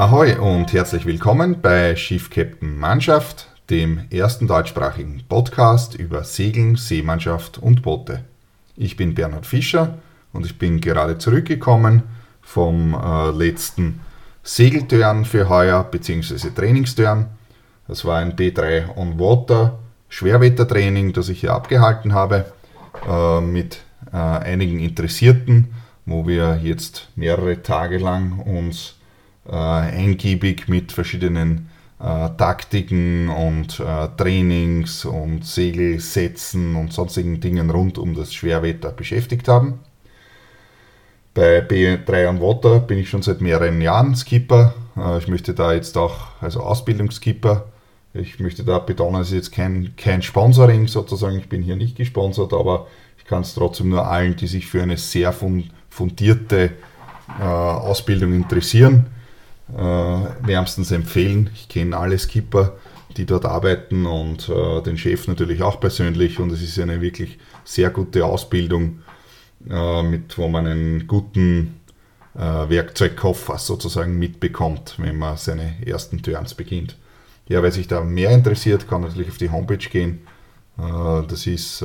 Ahoi und herzlich willkommen bei Schiff Captain Mannschaft, dem ersten deutschsprachigen Podcast über Segeln, Seemannschaft und Boote. Ich bin Bernhard Fischer und ich bin gerade zurückgekommen vom letzten Segeltörn für heuer bzw. Trainingstörn. Das war ein B3 on Water Schwerwettertraining, das ich hier abgehalten habe mit einigen Interessierten, wo wir jetzt mehrere Tage lang uns eingiebig mit verschiedenen Taktiken und Trainings und Segelsätzen und sonstigen Dingen rund um das Schwerwetter beschäftigt haben. Bei B3 on Water bin ich schon seit mehreren Jahren Skipper. Ich möchte da jetzt auch, also Ausbildungsskipper, ich möchte da betonen, es ist jetzt kein Sponsoring sozusagen, ich bin hier nicht gesponsert, aber ich kann es trotzdem nur allen, die sich für eine sehr fundierte Ausbildung interessieren, wärmstens empfehlen. Ich kenne alle Skipper, die dort arbeiten und den Chef natürlich auch persönlich, und es ist eine wirklich sehr gute Ausbildung, wo man einen guten Werkzeugkoffer sozusagen mitbekommt, wenn man seine ersten Turns beginnt. Ja, wer sich da mehr interessiert, kann natürlich auf die Homepage gehen. Das ist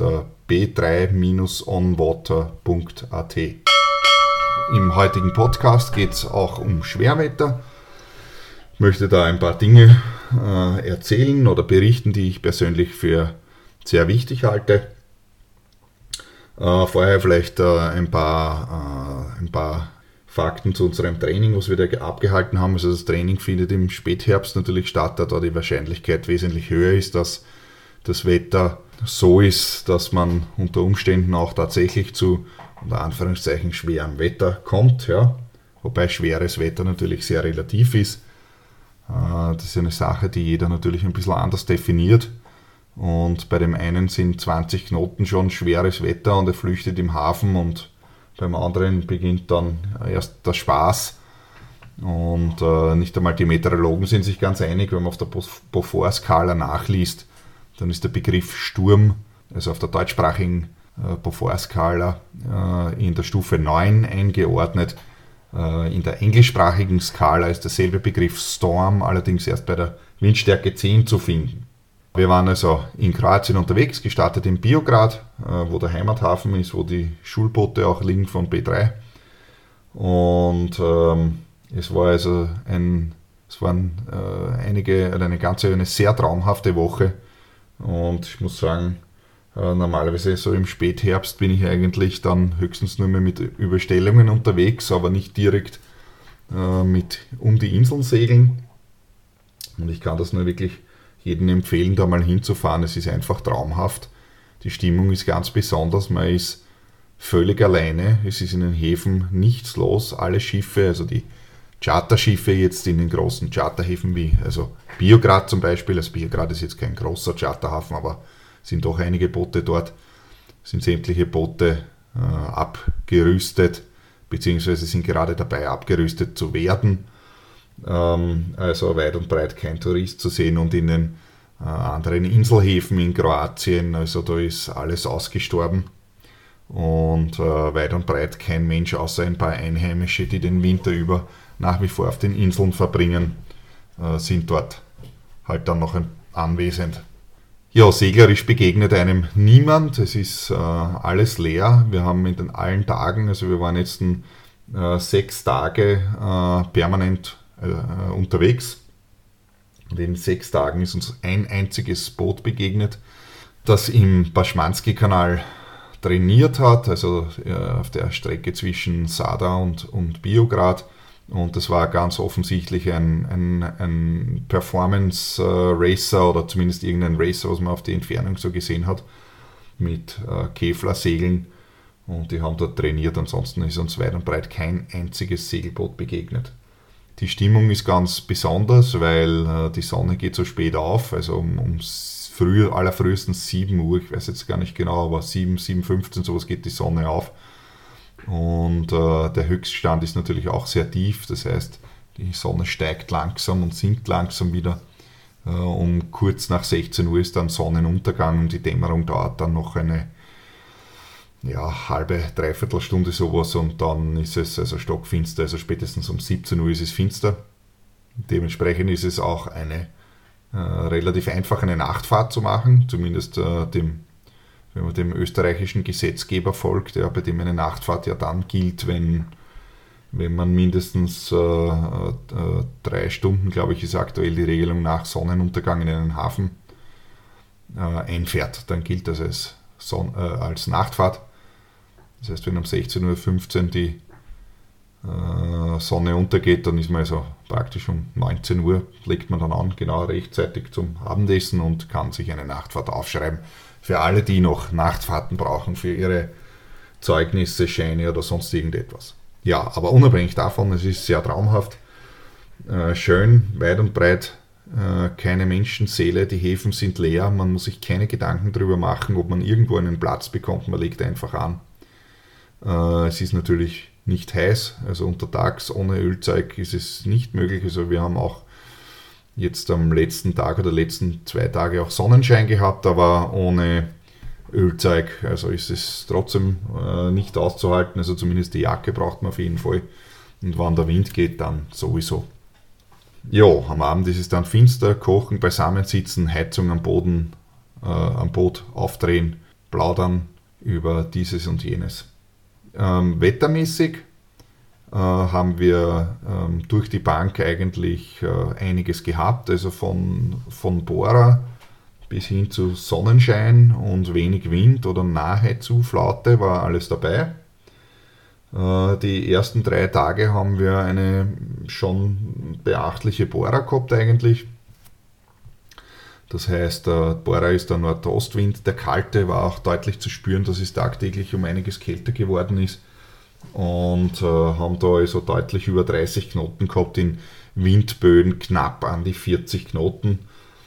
b3-onwater.at. Im heutigen Podcast geht es auch um Schwerwetter. Ich möchte da ein paar Dinge erzählen oder berichten, die ich persönlich für sehr wichtig halte. Vorher vielleicht ein paar Fakten zu unserem Training, was wir da abgehalten haben. Also das Training findet im Spätherbst natürlich statt, da die Wahrscheinlichkeit wesentlich höher ist, dass das Wetter so ist, dass man unter Umständen auch tatsächlich zu unter Anführungszeichen schwerem Wetter kommt. Ja. Wobei schweres Wetter natürlich sehr relativ ist. Das ist eine Sache, die jeder natürlich ein bisschen anders definiert. Und bei dem einen sind 20 Knoten schon schweres Wetter und er flüchtet im Hafen, und beim anderen beginnt dann erst der Spaß. Und nicht einmal die Meteorologen sind sich ganz einig, wenn man auf der Beaufort-Skala nachliest, dann ist der Begriff Sturm, also auf der deutschsprachigen Beaufort-Skala, in der Stufe 9 eingeordnet. In der englischsprachigen Skala ist derselbe Begriff Storm, allerdings erst bei der Windstärke 10 zu finden. Wir waren also in Kroatien unterwegs, gestartet in Biograd, wo der Heimathafen ist, wo die Schulboote auch liegen von B3. Und es war also eine sehr traumhafte Woche. Und ich muss sagen, normalerweise so im Spätherbst bin ich eigentlich dann höchstens nur mehr mit Überstellungen unterwegs, aber nicht direkt um die Inseln segeln. Und ich kann das nur wirklich jedem empfehlen, da mal hinzufahren. Es ist einfach traumhaft. Die Stimmung ist ganz besonders. Man ist völlig alleine. Es ist in den Häfen nichts los. Alle Schiffe, also die Charterschiffe jetzt in den großen Charterhäfen wie also Biograd zum Beispiel. Also Biograd ist jetzt kein großer Charterhafen, aber sind doch einige Boote dort. Sind sämtliche Boote abgerüstet, beziehungsweise sind gerade dabei abgerüstet zu werden. Also weit und breit kein Tourist zu sehen, und in den anderen Inselhäfen in Kroatien, also da ist alles ausgestorben und weit und breit kein Mensch, außer ein paar Einheimische, die den Winter über nach wie vor auf den Inseln verbringen, sind dort halt dann noch anwesend. Ja, seglerisch begegnet einem niemand, es ist alles leer. Wir haben in allen Tagen, also wir waren jetzt 6 Tage permanent unterwegs. Und in 6 Tagen ist uns ein einziges Boot begegnet, das im Baschmanski-Kanal trainiert hat, also auf der Strecke zwischen Sada und Biograd. Und das war ganz offensichtlich ein Performance-Racer oder zumindest irgendein Racer, was man auf die Entfernung so gesehen hat, mit Kevlar-Segeln. Und die haben dort trainiert, ansonsten ist uns weit und breit kein einziges Segelboot begegnet. Die Stimmung ist ganz besonders, weil die Sonne geht so spät auf, also allerfrühestens 7 Uhr, ich weiß jetzt gar nicht genau, aber 7:15 sowas geht die Sonne auf. Und der Höchststand ist natürlich auch sehr tief, das heißt, die Sonne steigt langsam und sinkt langsam wieder. Kurz nach 16 Uhr ist dann Sonnenuntergang und die Dämmerung dauert dann noch eine halbe, dreiviertel Stunde sowas, und dann ist es also stockfinster, also spätestens um 17 Uhr ist es finster. Dementsprechend ist es auch relativ einfach, eine Nachtfahrt zu machen, zumindest wenn man dem österreichischen Gesetzgeber folgt, bei dem eine Nachtfahrt ja dann gilt, wenn man mindestens 3 Stunden, glaube ich, ist aktuell die Regelung, nach Sonnenuntergang in einen Hafen einfährt. Dann gilt das als Nachtfahrt. Das heißt, wenn um 16:15 Uhr die Sonne untergeht, dann ist man also praktisch um 19 Uhr, legt man dann an, genau rechtzeitig zum Abendessen und kann sich eine Nachtfahrt aufschreiben. Für alle, die noch Nachtfahrten brauchen für ihre Zeugnisse, Scheine oder sonst irgendetwas. Ja, aber unabhängig davon, es ist sehr traumhaft, schön, weit und breit, keine Menschenseele, die Häfen sind leer, man muss sich keine Gedanken darüber machen, ob man irgendwo einen Platz bekommt, man legt einfach an. Es ist natürlich nicht heiß, also untertags ohne Ölzeug ist es nicht möglich, also wir haben auch jetzt am letzten Tag oder letzten 2 Tage auch Sonnenschein gehabt, aber ohne Ölzeug, also ist es trotzdem nicht auszuhalten, also zumindest die Jacke braucht man auf jeden Fall und wenn der Wind geht, dann sowieso. Ja, am Abend ist es dann finster, kochen, beisammensitzen, Heizung am Boot aufdrehen, plaudern über dieses und jenes. Wettermäßig haben wir durch die Bank eigentlich einiges gehabt, also von Bohrer bis hin zu Sonnenschein und wenig Wind oder nahezu Flaute war alles dabei. Die ersten 3 Tage haben wir eine schon beachtliche Bohrer gehabt eigentlich. Das heißt, der Bohrer ist der Nordostwind, der kalte war auch deutlich zu spüren, dass es tagtäglich um einiges kälter geworden ist. Und haben da also deutlich über 30 Knoten gehabt, in Windböen knapp an die 40 Knoten.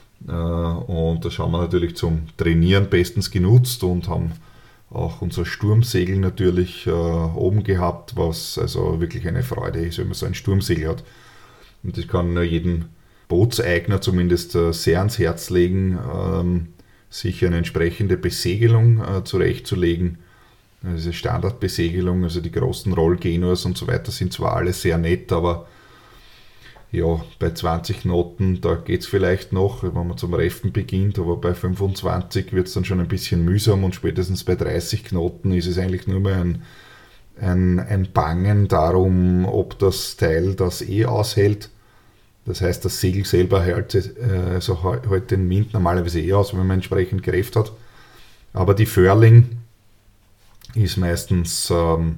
Und das haben wir natürlich zum Trainieren bestens genutzt und haben auch unser Sturmsegel natürlich oben gehabt, was also wirklich eine Freude ist, wenn man so ein Sturmsegel hat. Und ich kann nur jedem Bootseigner zumindest sehr ans Herz legen, sich eine entsprechende Besegelung zurechtzulegen. Diese Standardbesegelung, also die großen Rollgenus und so weiter sind zwar alle sehr nett, aber ja, bei 20 Knoten, da geht es vielleicht noch, wenn man zum Reffen beginnt, aber bei 25 wird es dann schon ein bisschen mühsam und spätestens bei 30 Knoten ist es eigentlich nur mehr ein Bangen darum, ob das Teil das aushält. Das heißt, das Segel selber hält den Wind normalerweise aus, wenn man entsprechend Kräfte hat. Aber die Furling ist meistens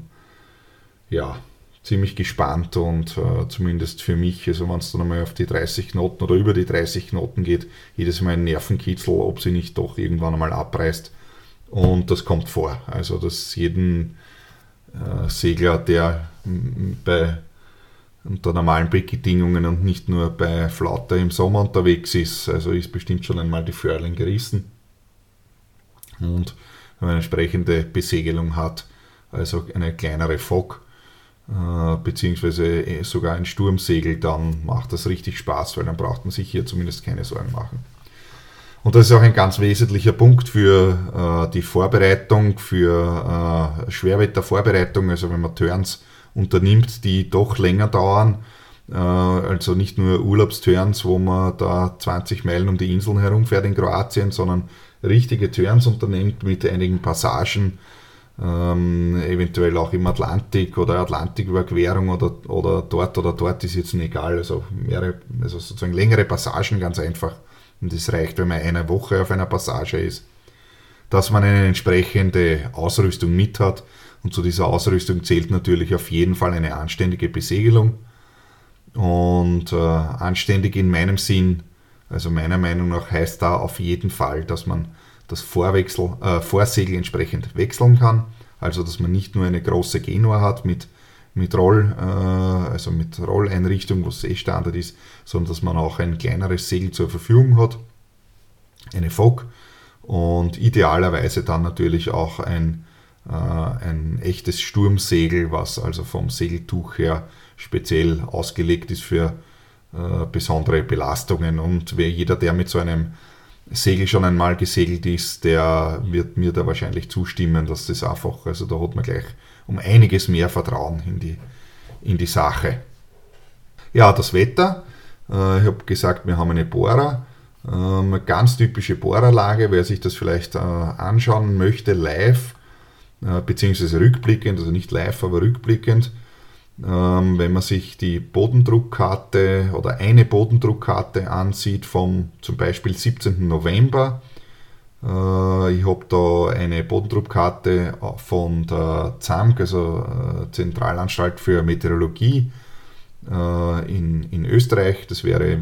ziemlich gespannt und zumindest für mich, also wenn es dann einmal auf die 30 Knoten oder über die 30 Knoten geht, jedes Mal ein Nervenkitzel, ob sie nicht doch irgendwann einmal abreißt. Und das kommt vor. Also dass jeden Segler, der unter normalen Bedingungen und nicht nur bei Flaute im Sommer unterwegs ist, also ist bestimmt schon einmal die Furling gerissen. Und wenn man eine entsprechende Besegelung hat, also eine kleinere Fock, beziehungsweise sogar ein Sturmsegel, dann macht das richtig Spaß, weil dann braucht man sich hier zumindest keine Sorgen machen. Und das ist auch ein ganz wesentlicher Punkt für die Vorbereitung, für Schwerwettervorbereitung, also wenn man Turns unternimmt, die doch länger dauern, also nicht nur Urlaubsturns, wo man da 20 Meilen um die Inseln herumfährt in Kroatien, sondern richtige Turns unternimmt mit einigen Passagen, eventuell auch im Atlantik oder Atlantiküberquerung oder dort ist jetzt nicht egal, also sozusagen längere Passagen ganz einfach. Und es reicht, wenn man eine Woche auf einer Passage ist, dass man eine entsprechende Ausrüstung mit hat. Und zu dieser Ausrüstung zählt natürlich auf jeden Fall eine anständige Besegelung. Und anständig in meinem Sinn, also meiner Meinung nach, heißt da auf jeden Fall, dass man das Vorsegel entsprechend wechseln kann. Also dass man nicht nur eine große Genua hat mit Rolleinrichtung, was Standard ist, sondern dass man auch ein kleineres Segel zur Verfügung hat, eine Fock, und idealerweise dann natürlich auch ein echtes Sturmsegel, was also vom Segeltuch her speziell ausgelegt ist für besondere Belastungen. Und jeder, der mit so einem Segel schon einmal gesegelt ist, der wird mir da wahrscheinlich zustimmen, dass das einfach, also da hat man gleich um einiges mehr Vertrauen in die Sache. Ja, das Wetter. Ich habe gesagt, wir haben eine Bohrer, eine ganz typische Bohrerlage. Wer sich das vielleicht anschauen möchte, live, beziehungsweise rückblickend, also nicht live, aber rückblickend, wenn man sich die Bodendruckkarte oder eine Bodendruckkarte ansieht vom zum Beispiel 17. November. Ich habe da eine Bodendruckkarte von der ZAMG, also Zentralanstalt für Meteorologie in Österreich. Das wäre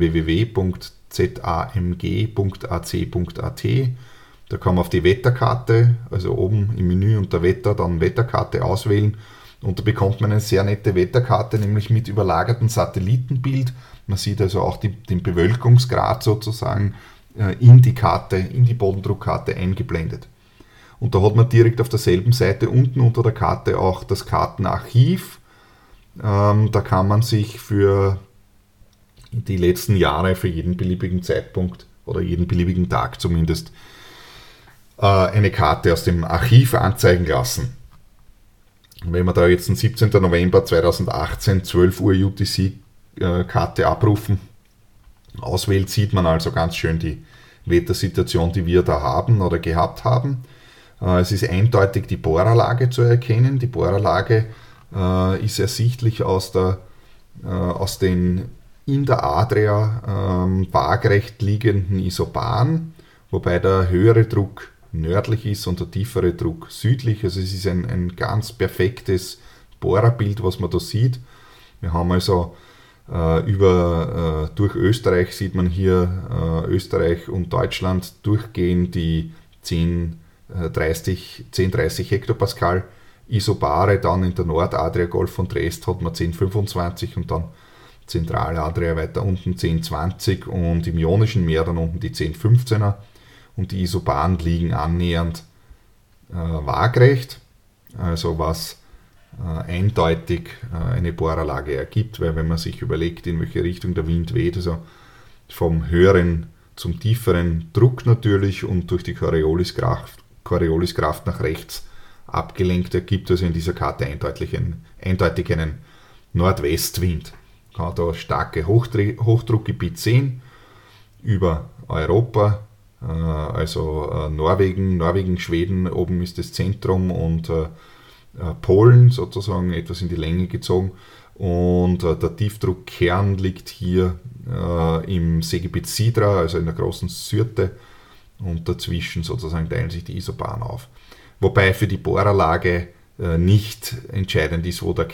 www.zamg.ac.at. Da kann man auf die Wetterkarte, also oben im Menü unter Wetter, dann Wetterkarte auswählen. Und da bekommt man eine sehr nette Wetterkarte, nämlich mit überlagertem Satellitenbild. Man sieht also auch den Bewölkungsgrad sozusagen in die Karte, in die Bodendruckkarte eingeblendet. Und da hat man direkt auf derselben Seite unten unter der Karte auch das Kartenarchiv. Da kann man sich für die letzten Jahre, für jeden beliebigen Zeitpunkt oder jeden beliebigen Tag zumindest, eine Karte aus dem Archiv anzeigen lassen. Wenn man da jetzt den 17. November 2018, 12 Uhr UTC-Karte abrufen, auswählt, sieht man also ganz schön die Wettersituation, die wir da haben oder gehabt haben. Es ist eindeutig die Bohrerlage zu erkennen. Die Bohrerlage ist ersichtlich aus den in der Adria waagrecht liegenden Isobaren, wobei der höhere Druck nördlich ist und der tiefere Druck südlich. Also es ist ein ganz perfektes Bohrerbild, was man da sieht. Wir haben also durch Österreich sieht man hier Österreich und Deutschland durchgehen die 1030 Hektopascal Isobare, dann in der Nordadria Golf von Triest hat man 1025 und dann Zentraladria weiter unten 1020 und im Ionischen Meer dann unten die 1015er und die Isobaren liegen annähernd waagrecht, also was eindeutig eine Bohrerlage ergibt, weil wenn man sich überlegt, in welche Richtung der Wind weht, also vom höheren zum tieferen Druck natürlich und durch die Corioliskraft nach rechts abgelenkt, ergibt also in dieser Karte eindeutig einen Nordwestwind. Man kann da starke Hochdruckgebiet sehen über Europa, also Norwegen, Schweden, oben ist das Zentrum und Polen sozusagen etwas in die Länge gezogen und der Tiefdruckkern liegt hier im Seegebiet Sidra, also in der großen Syrte und dazwischen sozusagen teilen sich die Isobaren auf. Wobei für die Bohrerlage nicht entscheidend ist, wo die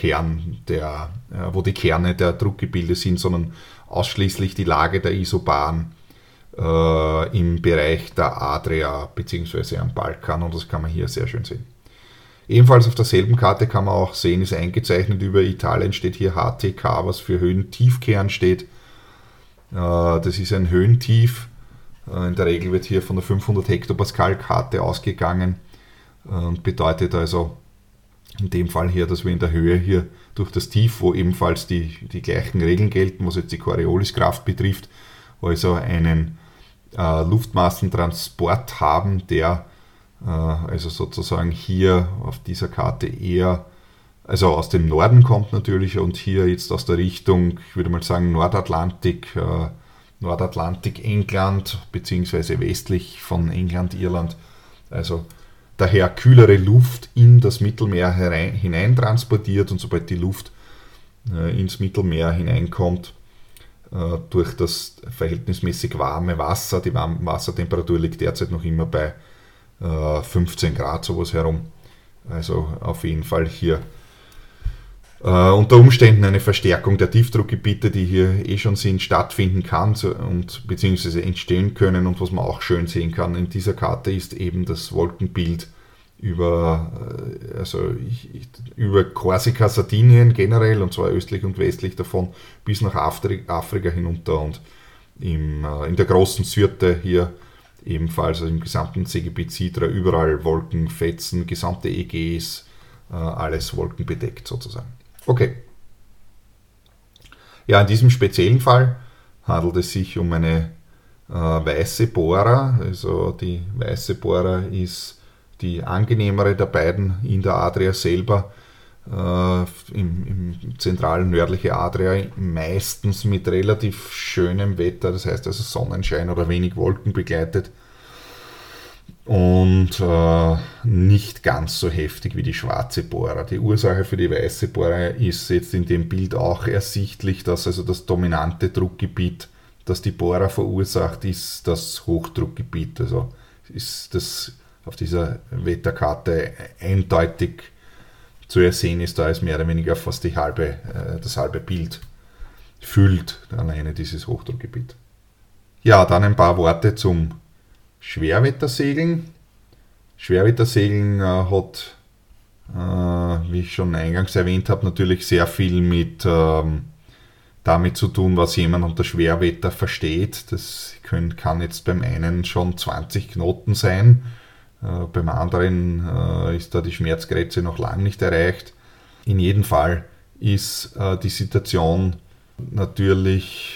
Kerne der Druckgebilde sind, sondern ausschließlich die Lage der Isobaren im Bereich der Adria bzw. am Balkan und das kann man hier sehr schön sehen. Ebenfalls auf derselben Karte kann man auch sehen, ist eingezeichnet über Italien steht hier HTK, was für Höhentiefkern steht. Das ist ein Höhentief. In der Regel wird hier von der 500 Hektopascal Karte ausgegangen und bedeutet also in dem Fall hier, dass wir in der Höhe hier durch das Tief, wo ebenfalls die gleichen Regeln gelten, was jetzt die Corioliskraft betrifft, also einen Luftmassentransport haben, der also sozusagen hier auf dieser Karte eher, also aus dem Norden kommt natürlich und hier jetzt aus der Richtung, ich würde mal sagen Nordatlantik, England, beziehungsweise westlich von England, Irland, also daher kühlere Luft in das Mittelmeer hinein transportiert und sobald die Luft ins Mittelmeer hineinkommt, durch das verhältnismäßig warme Wasser, die Wassertemperatur liegt derzeit noch immer bei 15 Grad sowas herum. Also auf jeden Fall hier unter Umständen eine Verstärkung der Tiefdruckgebiete, die hier schon sind, stattfinden kann und beziehungsweise entstehen können. Und was man auch schön sehen kann in dieser Karte ist eben das Wolkenbild über Korsika, Sardinien generell, und zwar östlich und westlich davon, bis nach Afrika hinunter und in der großen Syrte hier ebenfalls, also im gesamten Seegebiet Sidra, überall Wolkenfetzen, gesamte Ägäis, alles wolkenbedeckt sozusagen. Okay. Ja, in diesem speziellen Fall handelt es sich um eine weiße Bohrer. Also die weiße Bohrer ist die angenehmere der beiden in der Adria selber. im zentralen nördlichen Adria, meistens mit relativ schönem Wetter, das heißt also Sonnenschein oder wenig Wolken begleitet und nicht ganz so heftig wie die schwarze Bora. Die Ursache für die weiße Bora ist jetzt in dem Bild auch ersichtlich, dass also das dominante Druckgebiet, das die Bora verursacht, ist das Hochdruckgebiet. Also ist das auf dieser Wetterkarte eindeutig zu ersehen ist, da ist mehr oder weniger fast das halbe Bild füllt alleine dieses Hochdruckgebiet. Ja, dann ein paar Worte zum Schwerwettersegeln. Schwerwettersegeln hat, wie ich schon eingangs erwähnt habe, natürlich sehr viel damit zu tun, was jemand unter Schwerwetter versteht. Das kann jetzt beim einen schon 20 Knoten sein, beim anderen ist da die Schmerzgrenze noch lange nicht erreicht. In jedem Fall ist die Situation natürlich,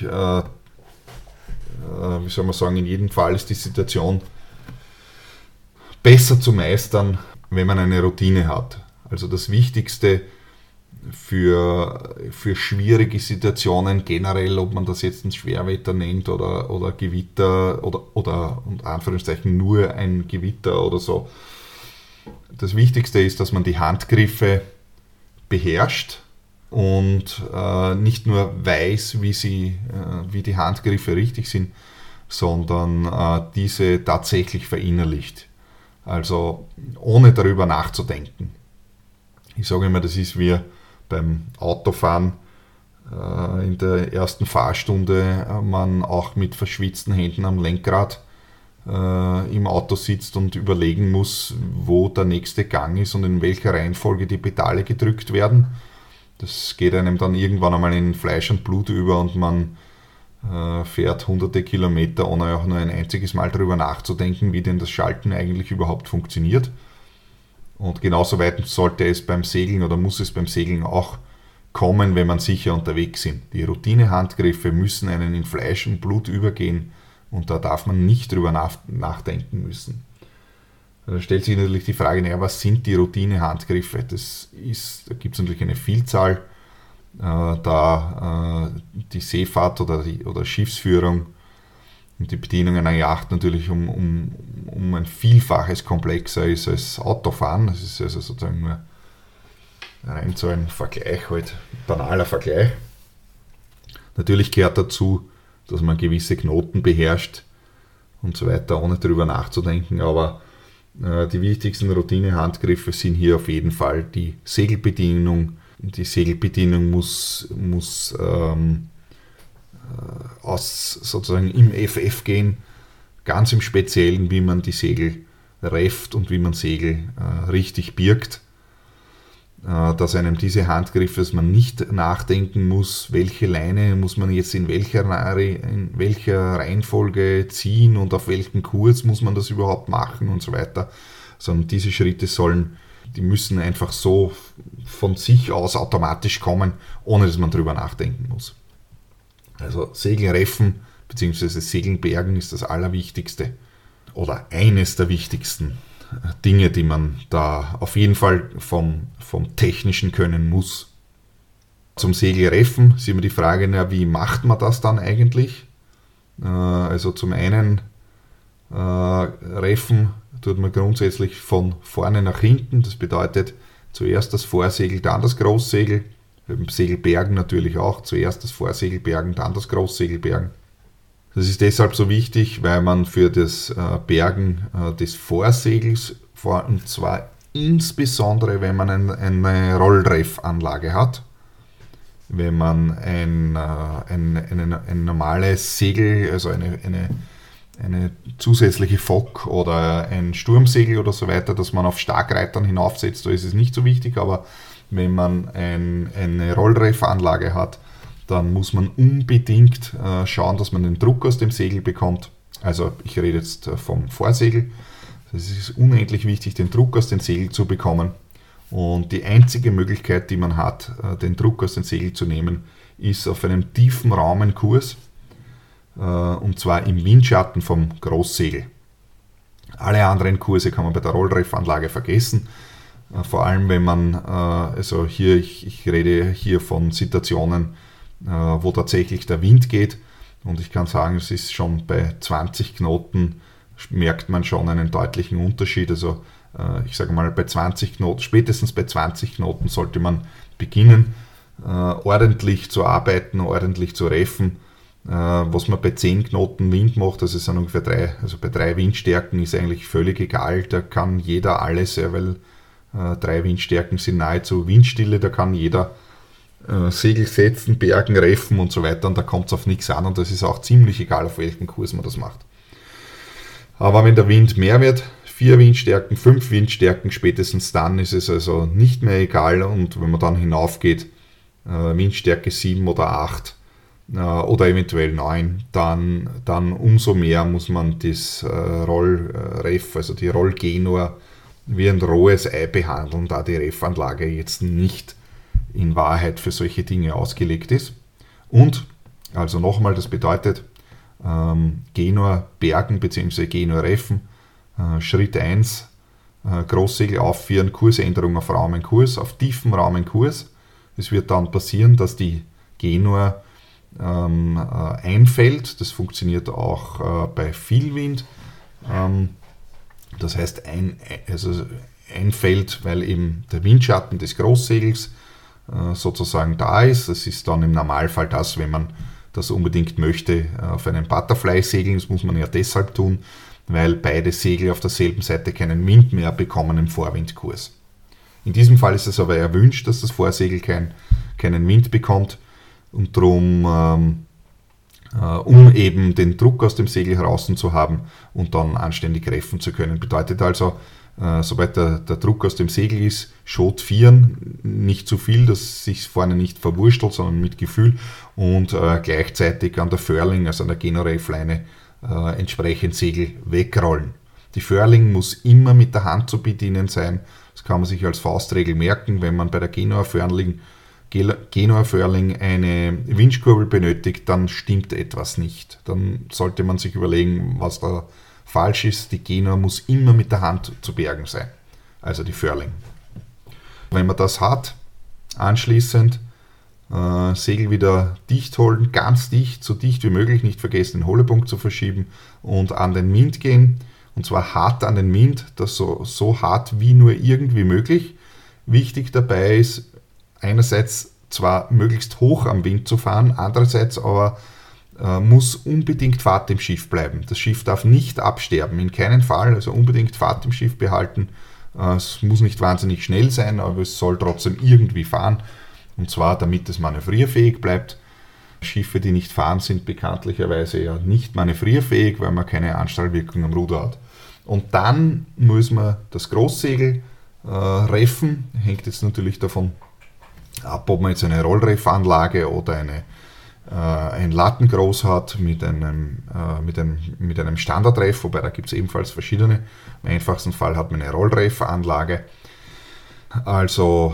wie soll man sagen, in jedem Fall ist die Situation besser zu meistern, wenn man eine Routine hat. Also das Wichtigste für schwierige Situationen generell, ob man das jetzt ein Schwerwetter nennt oder Gewitter oder unter Anführungszeichen nur ein Gewitter oder so. Das Wichtigste ist, dass man die Handgriffe beherrscht und nicht nur weiß, wie die Handgriffe richtig sind, sondern diese tatsächlich verinnerlicht. Also ohne darüber nachzudenken. Ich sage immer, das ist wie beim Autofahren in der ersten Fahrstunde man auch mit verschwitzten Händen am Lenkrad im Auto sitzt und überlegen muss, wo der nächste Gang ist und in welcher Reihenfolge die Pedale gedrückt werden. Das geht einem dann irgendwann einmal in Fleisch und Blut über und man fährt hunderte Kilometer, ohne auch nur ein einziges Mal darüber nachzudenken, wie denn das Schalten eigentlich überhaupt funktioniert. Und genauso weit sollte es beim Segeln oder muss es beim Segeln auch kommen, wenn man sicher unterwegs ist. Die Routine-Handgriffe müssen einen in Fleisch und Blut übergehen und da darf man nicht drüber nachdenken müssen. Da stellt sich natürlich die Frage, naja, was sind die Routine-Handgriffe? Da gibt es natürlich eine Vielzahl, da die Seefahrt oder Schiffsführung und die Bedienung einer Yacht natürlich um ein Vielfaches komplexer ist als Autofahren. Das ist also sozusagen nur rein so ein Vergleich, halt banaler Vergleich. Natürlich gehört dazu, dass man gewisse Knoten beherrscht und so weiter, ohne darüber nachzudenken, aber die wichtigsten Routine-Handgriffe sind hier auf jeden Fall die Segelbedienung. Die Segelbedienung muss sozusagen im FF gehen, ganz im Speziellen, wie man die Segel refft und wie man Segel richtig birgt. Dass einem diese Handgriffe, dass man nicht nachdenken muss, welche Leine muss man jetzt in welcher Reihenfolge ziehen und auf welchem Kurs muss man das überhaupt machen und so weiter, sondern diese Schritte die müssen einfach so von sich aus automatisch kommen, ohne dass man darüber nachdenken muss. Also Segel reffen bzw. Segeln bergen ist das Allerwichtigste oder eines der wichtigsten Dinge, die man da auf jeden Fall vom Technischen können muss. Zum Segelreffen ist immer die Frage, wie macht man das dann eigentlich? Also zum einen Reffen tut man grundsätzlich von vorne nach hinten, das bedeutet zuerst das Vorsegel, dann das Großsegel, beim Segelbergen natürlich auch, zuerst das Vorsegel bergen, dann das Großsegel bergen. Das ist deshalb so wichtig, weil man für das Bergen des Vorsegels, und zwar insbesondere wenn man eine Rollreffanlage hat, wenn man ein normales Segel, also eine zusätzliche Fock oder ein Sturmsegel oder so weiter, das man auf Starkreitern hinaufsetzt, da ist es nicht so wichtig, aber wenn man eine Rollreffanlage hat, dann muss man unbedingt schauen, dass man den Druck aus dem Segel bekommt. Also ich rede jetzt vom Vorsegel. Es ist unendlich wichtig, den Druck aus dem Segel zu bekommen. Und die einzige Möglichkeit, die man hat, den Druck aus dem Segel zu nehmen, ist auf einem tiefen Raumenkurs, und zwar im Windschatten vom Großsegel. Alle anderen Kurse kann man bei der Rollreffanlage vergessen. Vor allem, wenn man, also hier, ich rede hier von Situationen, wo tatsächlich der Wind geht. Und ich kann sagen, es ist schon bei 20 Knoten, merkt man schon einen deutlichen Unterschied. Also ich sage mal, bei 20 Knoten, spätestens bei 20 Knoten sollte man beginnen, ordentlich zu arbeiten, ordentlich zu reffen. Was man bei 10 Knoten Wind macht, das sind ungefähr 3, also bei 3 Windstärken ist eigentlich völlig egal, da kann jeder alles, ja, weil 3 Windstärken sind nahezu Windstille, da kann jeder Segel setzen, bergen, reffen und so weiter und da kommt es auf nichts an und das ist auch ziemlich egal, auf welchem Kurs man das macht. Aber wenn der Wind mehr wird, 4 Windstärken, 5 Windstärken, spätestens dann ist es also nicht mehr egal und wenn man dann hinaufgeht, Windstärke 7 oder 8, oder eventuell 9, dann umso mehr muss man das Rollref, also die Rollgenua, wie ein rohes Ei behandeln, da die Refanlage jetzt nicht in Wahrheit für solche Dinge ausgelegt ist. Und, also nochmal, das bedeutet, Genua bergen bzw. Genua reffen, Schritt 1, Großsegel aufführen, Kursänderung auf raumen Kurs, auf tiefem raumen Kurs. Es wird dann passieren, dass die Genua einfällt. Das funktioniert auch bei viel Wind. Das heißt, einfällt, weil eben der Windschatten des Großsegels sozusagen da ist. Das ist dann im Normalfall das, wenn man das unbedingt möchte, auf einem Butterfly segeln. Das muss man ja deshalb tun, weil beide Segel auf derselben Seite keinen Wind mehr bekommen im Vorwindkurs. In diesem Fall ist es aber erwünscht, dass das Vorsegel keinen Wind bekommt. Und darum, um eben den Druck aus dem Segel heraus zu haben und dann anständig reffen zu können. Bedeutet also, sobald der Druck aus dem Segel ist, Schot vieren, nicht zu viel, dass sich vorne nicht verwurstelt, sondern mit Gefühl und gleichzeitig an der Furling, also an der Genua-Reff-Leine, entsprechend Segel wegrollen. Die Furling muss immer mit der Hand zu bedienen sein. Das kann man sich als Faustregel merken, wenn man bei der Genua-Furling eine Windskurbel benötigt, dann stimmt etwas nicht. Dann sollte man sich überlegen, was da falsch ist. Die Genua muss immer mit der Hand zu bergen sein, also die Furling. Wenn man das hat, anschließend Segel wieder dicht holen, ganz dicht, so dicht wie möglich, nicht vergessen den Hohlepunkt zu verschieben und an den Wind gehen, und zwar hart an den Wind, das so hart wie nur irgendwie möglich. Wichtig dabei ist, einerseits zwar möglichst hoch am Wind zu fahren, andererseits aber muss unbedingt Fahrt im Schiff bleiben. Das Schiff darf nicht absterben, in keinen Fall, also unbedingt Fahrt im Schiff behalten. Es muss nicht wahnsinnig schnell sein, aber es soll trotzdem irgendwie fahren, und zwar damit es manövrierfähig bleibt. Schiffe, die nicht fahren, sind bekanntlicherweise ja nicht manövrierfähig, weil man keine Anstrahlwirkung am Ruder hat. Und dann muss man das Großsegel reffen, hängt jetzt natürlich davon ab, ob man jetzt eine Rollreffanlage oder ein Lattengroß hat mit einem Standardreff, wobei da gibt es ebenfalls verschiedene. Im einfachsten Fall hat man eine Rollreffanlage. Also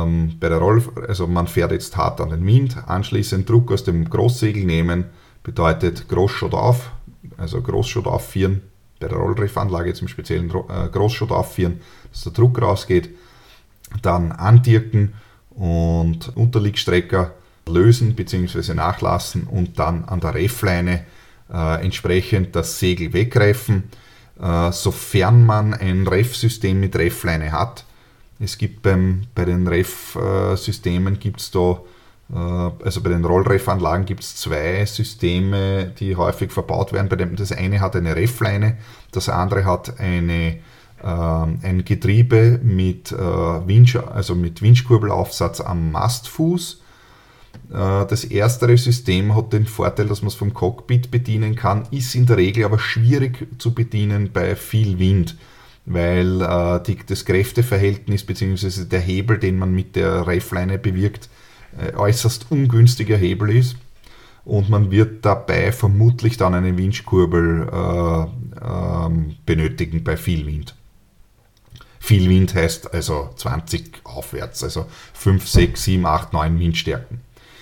also man fährt jetzt hart an den Wind, anschließend Druck aus dem Großsegel nehmen, bedeutet Großschot auf, also Großschot aufführen, bei der Rollreffanlage zum speziellen Großschot aufführen, dass der Druck rausgeht, dann andirken und Unterliegstrecker lösen bzw. nachlassen und dann an der Reffleine entsprechend das Segel wegreffen, sofern man ein Reffsystem mit Reffleine hat. Es gibt bei den Ref-Systemen also bei den Rollreffanlagen gibt es 2 Systeme, die häufig verbaut werden. Das eine hat eine Reffleine, das andere hat ein Getriebe mit Windkurbelaufsatz am Mastfuß. Das erstere System hat den Vorteil, dass man es vom Cockpit bedienen kann, ist in der Regel aber schwierig zu bedienen bei viel Wind, weil das Kräfteverhältnis bzw. der Hebel, den man mit der Reffleine bewirkt, äußerst ungünstiger Hebel ist und man wird dabei vermutlich dann eine Windkurbel benötigen bei viel Wind. Viel Wind heißt also 20 aufwärts, also 5, 6, 7, 8, 9 Windstärken.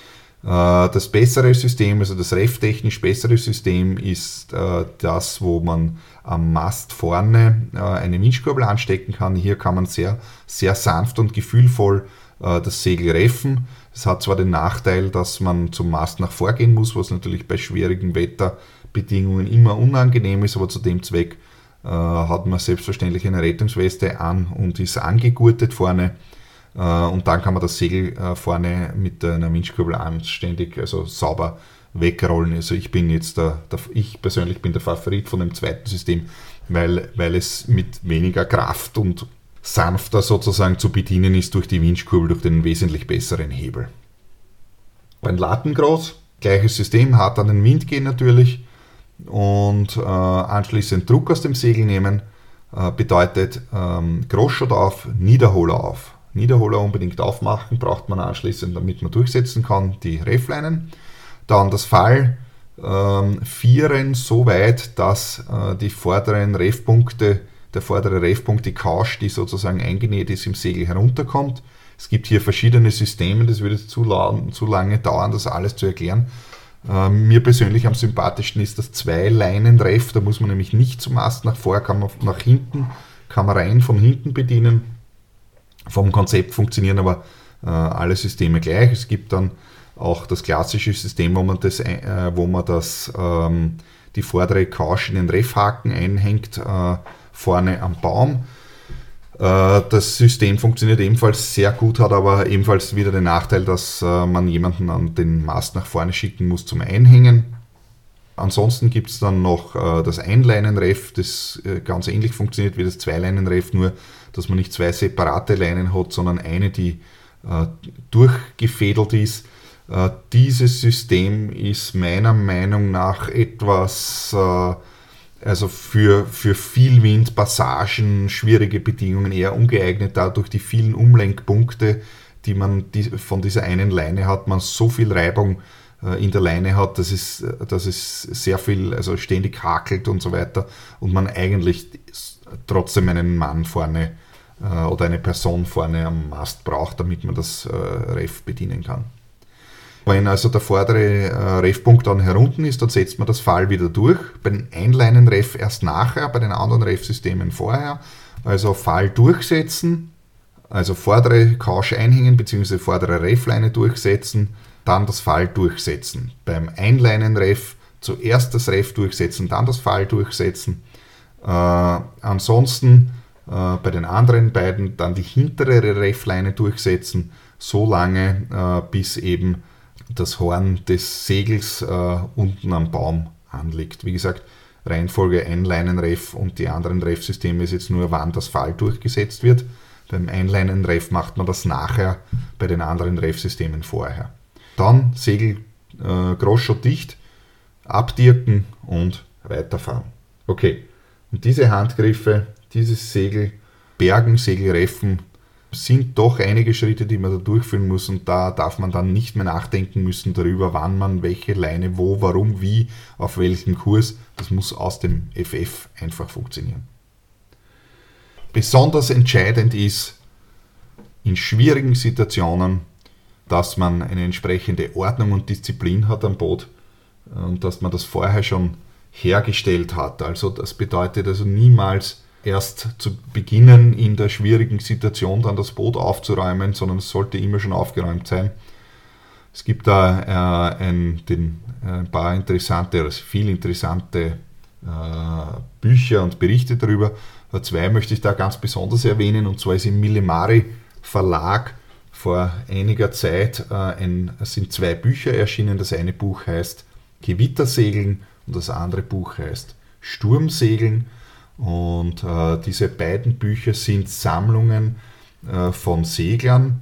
Das bessere System, also das REF-technisch bessere System, ist das, wo man am Mast vorne eine Winchkurbel anstecken kann. Hier kann man sehr, sehr sanft und gefühlvoll das Segel reffen. Es hat zwar den Nachteil, dass man zum Mast nach vorgehen muss, was natürlich bei schwierigen Wetterbedingungen immer unangenehm ist, aber zu dem Zweck hat man selbstverständlich eine Rettungsweste an und ist angegurtet vorne. Und dann kann man das Segel vorne mit einer Winchkurbel anständig, also sauber wegrollen. Also ich persönlich bin der Favorit von dem zweiten System, weil es mit weniger Kraft und sanfter sozusagen zu bedienen ist durch die Winchkurbel, durch den wesentlich besseren Hebel. Beim Lattengroß, gleiches System, hart an den Wind gehen natürlich und anschließend Druck aus dem Segel nehmen, bedeutet Großschot auf, Niederholer auf. Niederholer unbedingt aufmachen, braucht man anschließend, damit man durchsetzen kann, die Reffleinen. Dann das Fall vieren so weit, dass die vorderen Reffpunkte, der vordere Reffpunkt, die Couche, die sozusagen eingenäht ist, im Segel herunterkommt. Es gibt hier verschiedene Systeme, das würde zu lange dauern, das alles zu erklären. Mir persönlich am sympathischsten ist das Zwei-Leinen-Reff, da muss man nämlich nicht zum Mast nach vor, kann man nach hinten, kann man rein von hinten bedienen. Vom Konzept funktionieren aber alle Systeme gleich. Es gibt dann auch das klassische System, wo man die vordere Couche in den Reffhaken einhängt, vorne am Baum. Das System funktioniert ebenfalls sehr gut, hat aber ebenfalls wieder den Nachteil, dass man jemanden an den Mast nach vorne schicken muss zum Einhängen. Ansonsten gibt es dann noch das Einleinenreff, das ganz ähnlich funktioniert wie das Zweileinenreff, nur dass man nicht zwei separate Leinen hat, sondern eine, die durchgefädelt ist. Dieses System ist meiner Meinung nach etwas, also für viel Wind, Passagen, schwierige Bedingungen eher ungeeignet, da durch die vielen Umlenkpunkte, die man von dieser einen Leine hat, man so viel Reibung in der Leine hat, dass es sehr viel, also ständig hakelt und so weiter und man eigentlich trotzdem einen Mann vorne oder eine Person vorne am Mast braucht, damit man das Reff bedienen kann. Wenn also der vordere Reffpunkt dann herunten ist, dann setzt man das Fall wieder durch. Bei den Einleinenreff erst nachher, bei den anderen Reffsystemen vorher. Also Fall durchsetzen, also vordere Couche einhängen bzw. vordere Reffleine durchsetzen, dann das Fall durchsetzen. Beim Einleinenreff zuerst das Reff durchsetzen, dann das Fall durchsetzen. Ansonsten bei den anderen beiden dann die hintere Reffleine durchsetzen, so lange bis eben das Horn des Segels unten am Baum anliegt. Wie gesagt, Reihenfolge Einleinenreff und die anderen Reffsysteme ist jetzt nur, wann das Fall durchgesetzt wird. Beim Einleinenreff macht man das nachher, bei den anderen Reffsystemen vorher. Dann Segel Großschot dicht, abdirken und weiterfahren. Okay, und diese Handgriffe, dieses Segel bergen, Segelreffen, sind doch einige Schritte, die man da durchführen muss und da darf man dann nicht mehr nachdenken müssen darüber, wann man welche Leine, wo, warum, wie, auf welchem Kurs. Das muss aus dem FF einfach funktionieren. Besonders entscheidend ist in schwierigen Situationen, dass man eine entsprechende Ordnung und Disziplin hat am Boot und dass man das vorher schon hergestellt hat. Also das bedeutet also niemals erst zu beginnen, in der schwierigen Situation dann das Boot aufzuräumen, sondern es sollte immer schon aufgeräumt sein. Es gibt da ein paar interessante, viel interessante Bücher und Berichte darüber. Zwei möchte ich da ganz besonders erwähnen, und zwar ist im Millemari Verlag vor einiger Zeit es sind zwei Bücher erschienen. Das eine Buch heißt Gewittersegeln und das andere Buch heißt Sturmsegeln. Und diese beiden Bücher sind Sammlungen von Seglern,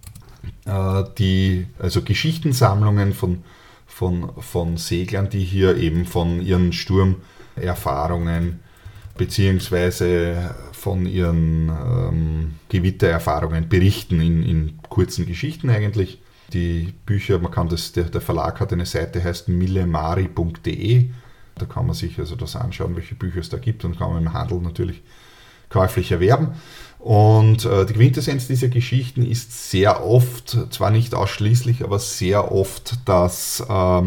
also Geschichtensammlungen von Seglern, die hier eben von ihren Sturmerfahrungen beziehungsweise von ihren Gewittererfahrungen berichten in kurzen Geschichten eigentlich. Die Bücher, der Verlag hat eine Seite, heißt millemari.de. Da kann man sich also das anschauen, welche Bücher es da gibt, und kann man im Handel natürlich käuflich erwerben. Und die Quintessenz dieser Geschichten ist sehr oft, zwar nicht ausschließlich, aber sehr oft, dass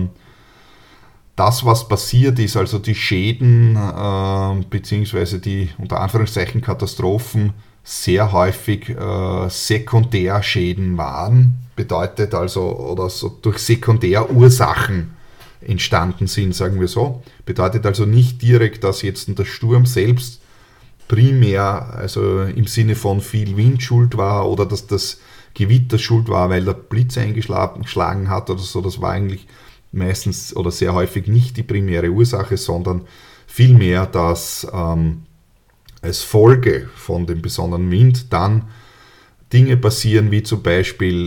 das, was passiert ist, also die Schäden beziehungsweise die unter Anführungszeichen Katastrophen, sehr häufig Sekundärschäden waren. Bedeutet also, oder so durch Sekundärursachen entstanden sind, sagen wir so. Bedeutet also nicht direkt, dass jetzt der Sturm selbst primär, also im Sinne von viel Wind schuld war oder dass das Gewitter schuld war, weil der Blitz eingeschlagen hat oder so. Das war eigentlich meistens oder sehr häufig nicht die primäre Ursache, sondern vielmehr, dass als Folge von dem besonderen Wind dann Dinge passieren, wie zum Beispiel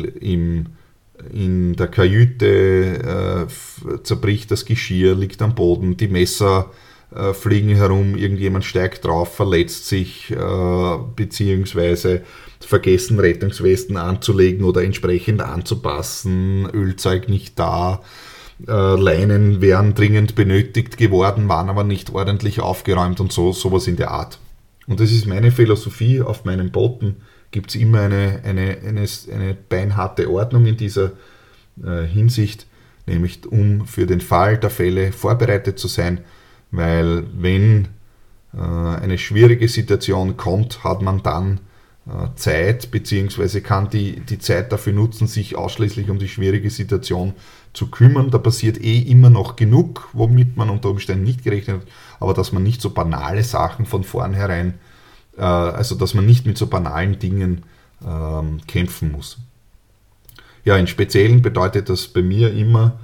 in der Kajüte zerbricht das Geschirr, liegt am Boden, die Messer fliegen herum, irgendjemand steigt drauf, verletzt sich, beziehungsweise vergessen Rettungswesten anzulegen oder entsprechend anzupassen, Ölzeug nicht da, Leinen wären dringend benötigt geworden, waren aber nicht ordentlich aufgeräumt und sowas in der Art. Und das ist meine Philosophie. Auf meinen Booten gibt es immer eine beinharte Ordnung in dieser Hinsicht, nämlich um für den Fall der Fälle vorbereitet zu sein, weil wenn eine schwierige Situation kommt, hat man dann Zeit, beziehungsweise kann die Zeit dafür nutzen, sich ausschließlich um die schwierige Situation zu kümmern. Da passiert immer noch genug, womit man unter Umständen nicht gerechnet hat, aber dass man nicht so banale Sachen von vornherein, also dass man nicht mit so banalen Dingen kämpfen muss. Ja, in Speziellen bedeutet das bei mir immer,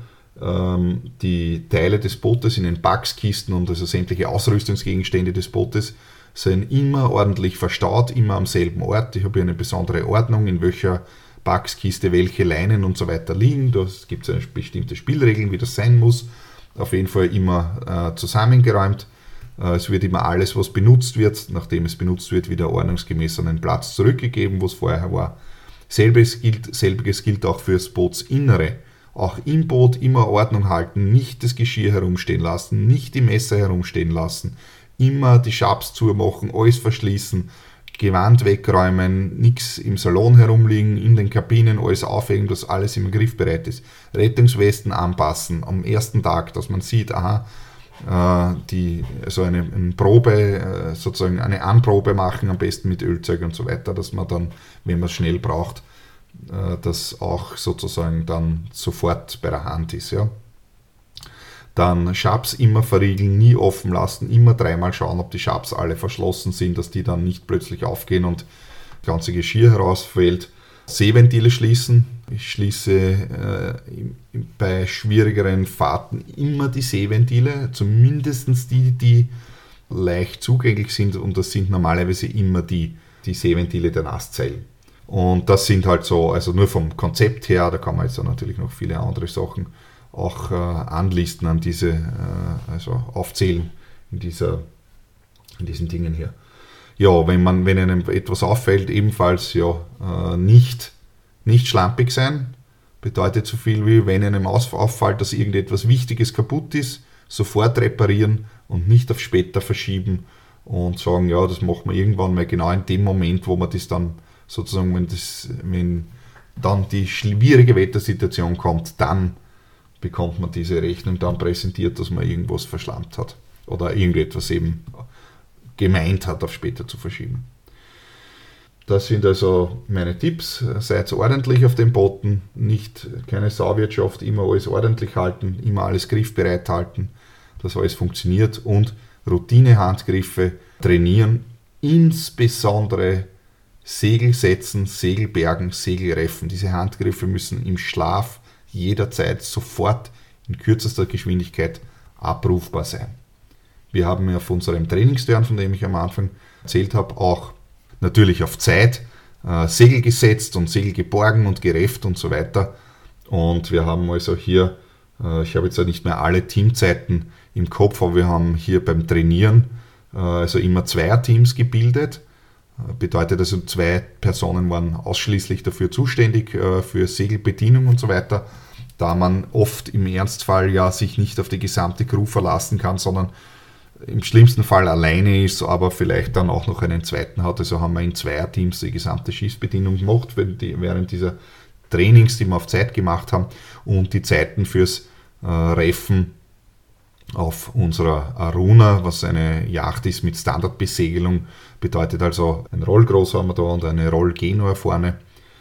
die Teile des Bootes in den Packskisten und also sämtliche Ausrüstungsgegenstände des Bootes sind immer ordentlich verstaut, immer am selben Ort. Ich habe hier eine besondere Ordnung, in welcher Packskiste welche Leinen und so weiter liegen. Da gibt es bestimmte Spielregeln, wie das sein muss. Auf jeden Fall immer zusammengeräumt. Es wird immer alles, was benutzt wird, nachdem es benutzt wird, wieder ordnungsgemäß an den Platz zurückgegeben, wo es vorher war. Selbiges gilt auch für das Bootsinnere. Auch im Boot immer Ordnung halten, nicht das Geschirr herumstehen lassen, nicht die Messer herumstehen lassen, immer die Schabs zumachen, alles verschließen, Gewand wegräumen, nichts im Salon herumliegen, in den Kabinen alles aufhängen, dass alles im Griffbereit ist. Rettungswesten anpassen am ersten Tag, dass man sieht, also eine Probe, sozusagen eine Anprobe machen, am besten mit Ölzeug und so weiter, dass man dann, wenn man es schnell braucht, das auch sozusagen dann sofort bei der Hand ist. Ja. Dann Schabs immer verriegeln, nie offen lassen, immer dreimal schauen, ob die Schabs alle verschlossen sind, dass die dann nicht plötzlich aufgehen und das ganze Geschirr herausfällt. Seeventile schließen. Ich schließe bei schwierigeren Fahrten immer die Seeventile, zumindest die leicht zugänglich sind, und das sind normalerweise immer die Seeventile der Nastzeilen. Und das sind halt so, also nur vom Konzept her, da kann man jetzt auch natürlich noch viele andere Sachen auch anlisten an diese, also aufzählen in diesen Dingen hier. Ja, wenn einem etwas auffällt, ebenfalls ja nicht schlampig sein, bedeutet so viel wie, wenn einem auffällt, dass irgendetwas Wichtiges kaputt ist, sofort reparieren und nicht auf später verschieben und sagen, ja, das machen wir irgendwann mal genau in dem Moment, wo man das dann sozusagen, wenn dann die schwierige Wettersituation kommt, dann bekommt man diese Rechnung dann präsentiert, dass man irgendwas verschlammt hat oder irgendetwas eben gemeint hat, auf später zu verschieben. Das sind also meine Tipps. Seid ordentlich auf den Booten, keine Sauwirtschaft, immer alles ordentlich halten, immer alles griffbereit halten, dass alles funktioniert, und Routine-Handgriffe trainieren, insbesondere Segel setzen, Segel bergen, Segel reffen. Diese Handgriffe müssen im Schlaf jederzeit sofort in kürzester Geschwindigkeit abrufbar sein. Wir haben ja auf unserem Trainingsturn, von dem ich am Anfang erzählt habe, auch natürlich auf Zeit Segel gesetzt und Segel geborgen und gerefft und so weiter. Und wir haben also hier, ich habe jetzt ja nicht mehr alle Teamzeiten im Kopf, aber wir haben hier beim Trainieren also immer Zweierteams gebildet. Bedeutet also, 2 Personen waren ausschließlich dafür zuständig, für Segelbedienung und so weiter, da man oft im Ernstfall ja sich nicht auf die gesamte Crew verlassen kann, sondern im schlimmsten Fall alleine ist, aber vielleicht dann auch noch einen zweiten hat. Also haben wir in Zweierteams die gesamte Schiffsbedienung gemacht während dieser Trainings, die wir auf Zeit gemacht haben, und die Zeiten fürs Reffen auf unserer Aruna, was eine Yacht ist mit Standardbesegelung, bedeutet also ein Rollgroß haben wir da und eine Rollgenua vorne,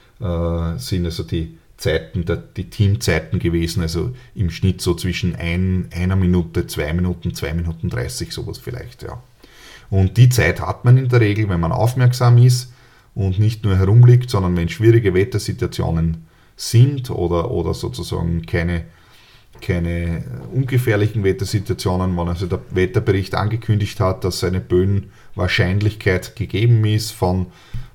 sind also die Zeiten, die Teamzeiten gewesen, also im Schnitt so zwischen 1 Minute, 2 Minuten, 2 Minuten 30, sowas vielleicht, ja. Und die Zeit hat man in der Regel, wenn man aufmerksam ist und nicht nur herumliegt, sondern wenn schwierige Wettersituationen sind oder sozusagen keine ungefährlichen Wettersituationen, wenn also der Wetterbericht angekündigt hat, dass eine Böenwahrscheinlichkeit gegeben ist von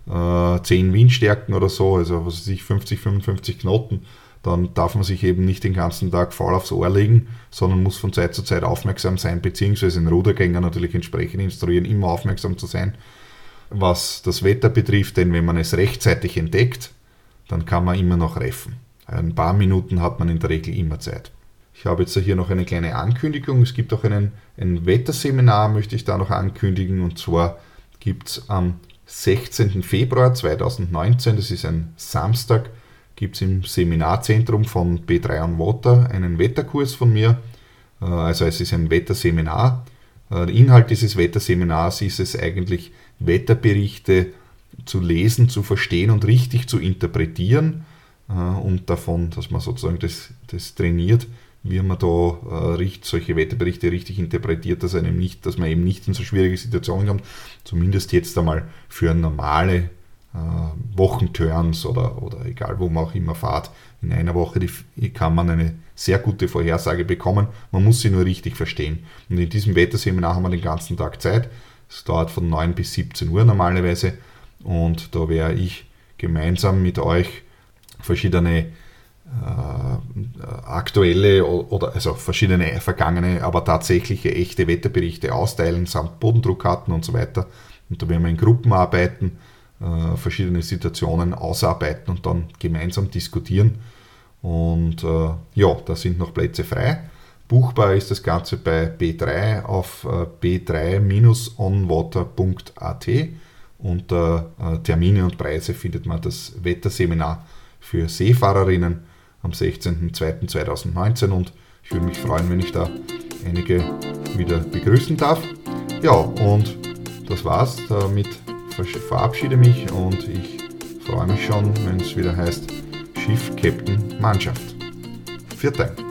10 Windstärken oder so, also was weiß ich, 50, 55 Knoten, dann darf man sich eben nicht den ganzen Tag faul aufs Ohr legen, sondern muss von Zeit zu Zeit aufmerksam sein, beziehungsweise den Rudergänger natürlich entsprechend instruieren, immer aufmerksam zu sein, was das Wetter betrifft, denn wenn man es rechtzeitig entdeckt, dann kann man immer noch reffen. Ein paar Minuten hat man in der Regel immer Zeit. Ich habe jetzt hier noch eine kleine Ankündigung. Es gibt auch ein Wetterseminar, möchte ich da noch ankündigen, und zwar gibt es am 16. Februar 2019, das ist ein Samstag, gibt es im Seminarzentrum von B3 on Water einen Wetterkurs von mir. Also es ist ein Wetterseminar. Der Inhalt dieses Wetterseminars ist es eigentlich, Wetterberichte zu lesen, zu verstehen und richtig zu interpretieren, und davon, dass man sozusagen das trainiert, wie man da solche Wetterberichte richtig interpretiert, dass man eben nicht in so schwierige Situationen kommt, zumindest jetzt einmal für normale Wochenturns oder egal wo man auch immer fahrt. In einer Woche kann man eine sehr gute Vorhersage bekommen, man muss sie nur richtig verstehen. Und in diesem Wetterseminar haben wir den ganzen Tag Zeit. Es dauert von 9 bis 17 Uhr normalerweise, und da werde ich gemeinsam mit euch verschiedene aktuelle oder also verschiedene vergangene, aber tatsächliche echte Wetterberichte austeilen, samt Bodendruckkarten und so weiter. Und da werden wir in Gruppen arbeiten, verschiedene Situationen ausarbeiten und dann gemeinsam diskutieren. Und da sind noch Plätze frei. Buchbar ist das Ganze bei B3 auf b3-onwater.at. Unter Termine und Preise findet man das Wetterseminar für Seefahrerinnen am 16.02.2019, und ich würde mich freuen, wenn ich da einige wieder begrüßen darf. Ja, und das war's. Damit verabschiede mich und ich freue mich schon, wenn es wieder heißt Schiff, Captain, Mannschaft. Vielen Dank.